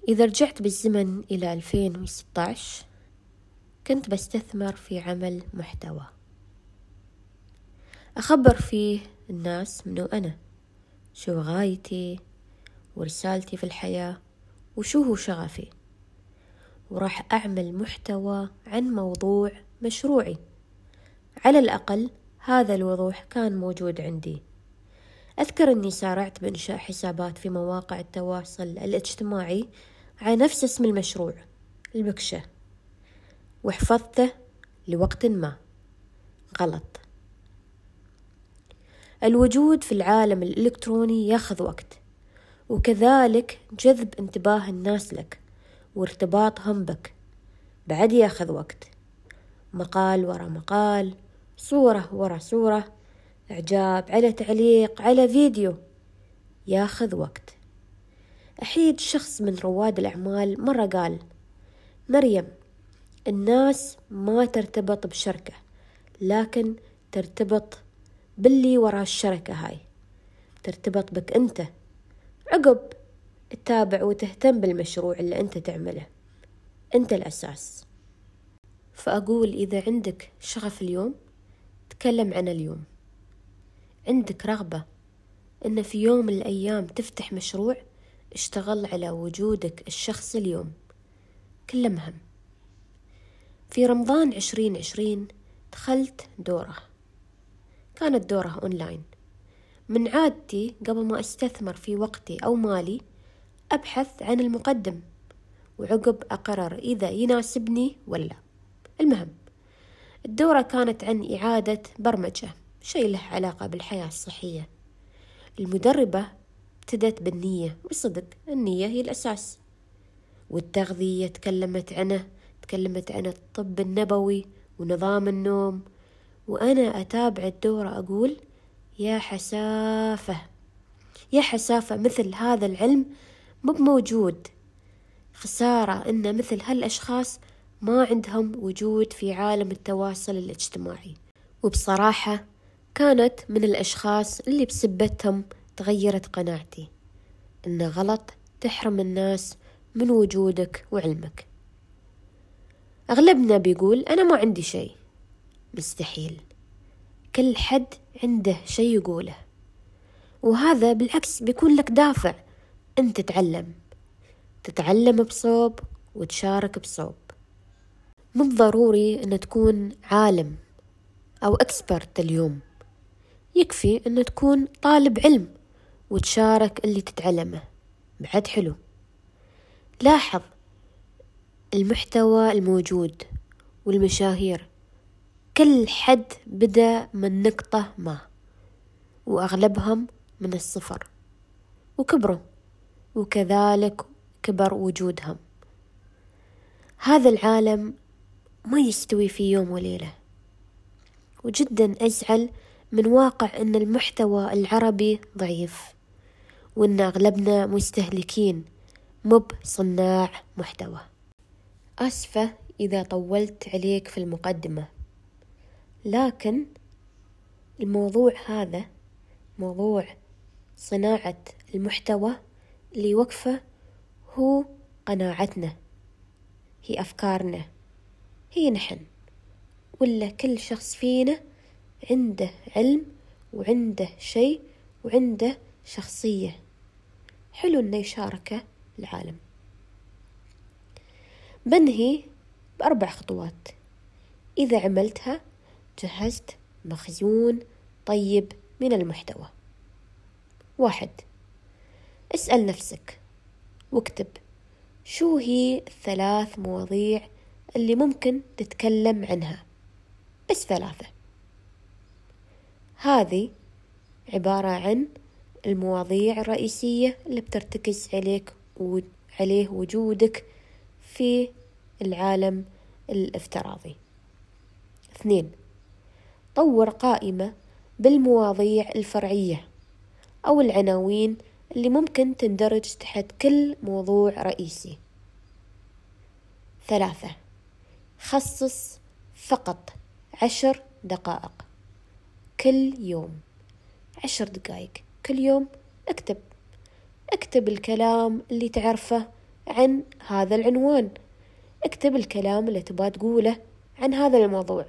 إذا رجعت بالزمن إلى 2016 كنت بستثمر في عمل محتوى أخبر فيه الناس منو أنا، شو غايتي ورسالتي في الحياة وشو هو شغفي، وراح أعمل محتوى عن موضوع مشروعي. على الأقل هذا الوضوح كان موجود عندي. أذكر أني سارعت بإنشاء حسابات في مواقع التواصل الاجتماعي على نفس اسم المشروع البكشة، وحفظته لوقت ما. غلط. الوجود في العالم الإلكتروني ياخذ وقت، وكذلك جذب انتباه الناس لك وارتباطهم بك بعد ياخذ وقت. مقال ورا مقال، صورة ورا صورة، إعجاب على تعليق على فيديو، ياخذ وقت. أحيد شخص من رواد الأعمال مرة قال: مريم، الناس ما ترتبط بشركة، لكن ترتبط باللي وراء الشركة هاي، ترتبط بك أنت. عقب تتابع وتهتم بالمشروع اللي أنت تعمله، أنت الأساس. فأقول إذا عندك شغف اليوم تكلم عن اليوم. عندك رغبة إن في يوم من الأيام تفتح مشروع، اشتغل على وجودك الشخصي اليوم. كله مهم. في رمضان 2020 دخلت دورة، كانت دورة أونلاين. من عادتي قبل ما أستثمر في وقتي أو مالي أبحث عن المقدم، وعقب أقرر إذا يناسبني ولا. المهم، الدورة كانت عن إعادة برمجة، شيء له علاقة بالحياة الصحية. المدربة ابتدت بالنية، وصدق النية هي الأساس. والتغذية تكلمت عن الطب النبوي ونظام النوم. وأنا أتابع الدورة أقول: يا حسافة مثل هذا العلم مو موجود. خسارة إن مثل هالأشخاص ما عندهم وجود في عالم التواصل الاجتماعي. وبصراحة كانت من الأشخاص اللي بسبتهم تغيرت قناعتي إن غلط تحرم الناس من وجودك وعلمك. أغلبنا بيقول أنا ما عندي شيء. مستحيل، كل حد عنده شيء يقوله، وهذا بالعكس بيكون لك دافع أنت تتعلم بصوب وتشارك بصوب. مو ضروري أن تكون عالم أو إكسبرت اليوم، يكفي أن تكون طالب علم وتشارك اللي تتعلمه، بعد حلو. لاحظ المحتوى الموجود والمشاهير، كل حد بدأ من نقطة ما، وأغلبهم من الصفر وكبروا، وكذلك كبر وجودهم. هذا العالم ما يستوي في يوم وليلة، وجدا أزعل من واقع أن المحتوى العربي ضعيف، وأن أغلبنا مستهلكين مب صناع محتوى. أسفة إذا طولت عليك في المقدمة، لكن الموضوع هذا موضوع صناعة المحتوى اللي وقفه هو قناعتنا، هي أفكارنا، هي نحن، ولا كل شخص فينا عنده علم وعنده شيء وعنده شخصية حلو إنه يشاركه العالم. بنهي ب4 خطوات، إذا عملتها جهزت مخزون طيب من المحتوى. 1. اسأل نفسك واكتب شو هي 3 مواضيع اللي ممكن تتكلم عنها، بس 3. هذه عبارة عن المواضيع الرئيسية اللي بترتكز عليه وجودك في العالم الافتراضي. 2. طور قائمة بالمواضيع الفرعية أو العناوين اللي ممكن تندرج تحت كل موضوع رئيسي. 3. خصص فقط 10 دقائق كل يوم، 10 دقائق كل يوم. اكتب الكلام اللي تعرفه عن هذا العنوان. اكتب الكلام اللي تبغى تقوله عن هذا الموضوع.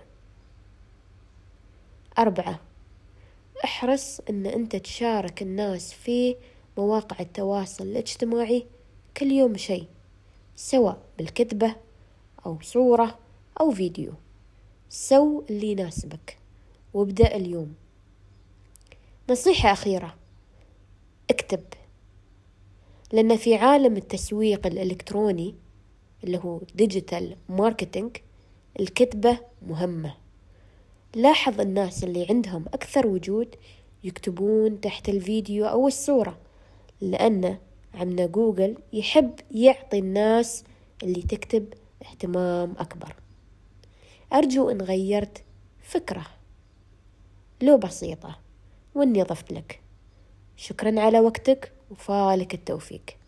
4. احرص ان انت تشارك الناس في مواقع التواصل الاجتماعي كل يوم شيء، سواء بالكتبة أو صورة أو فيديو. سو اللي يناسبك وابدأ اليوم. نصيحة أخيرة، اكتب، لأن في عالم التسويق الإلكتروني اللي هو ديجيتال ماركتينج الكتبة مهمة. لاحظ الناس اللي عندهم أكثر وجود يكتبون تحت الفيديو أو الصورة، لأن عمنا جوجل يحب يعطي الناس اللي تكتب اهتمام أكبر. أرجو إن غيرت فكرة لو بسيطة وإني ضفت لك. شكرا على وقتك وفالك التوفيق.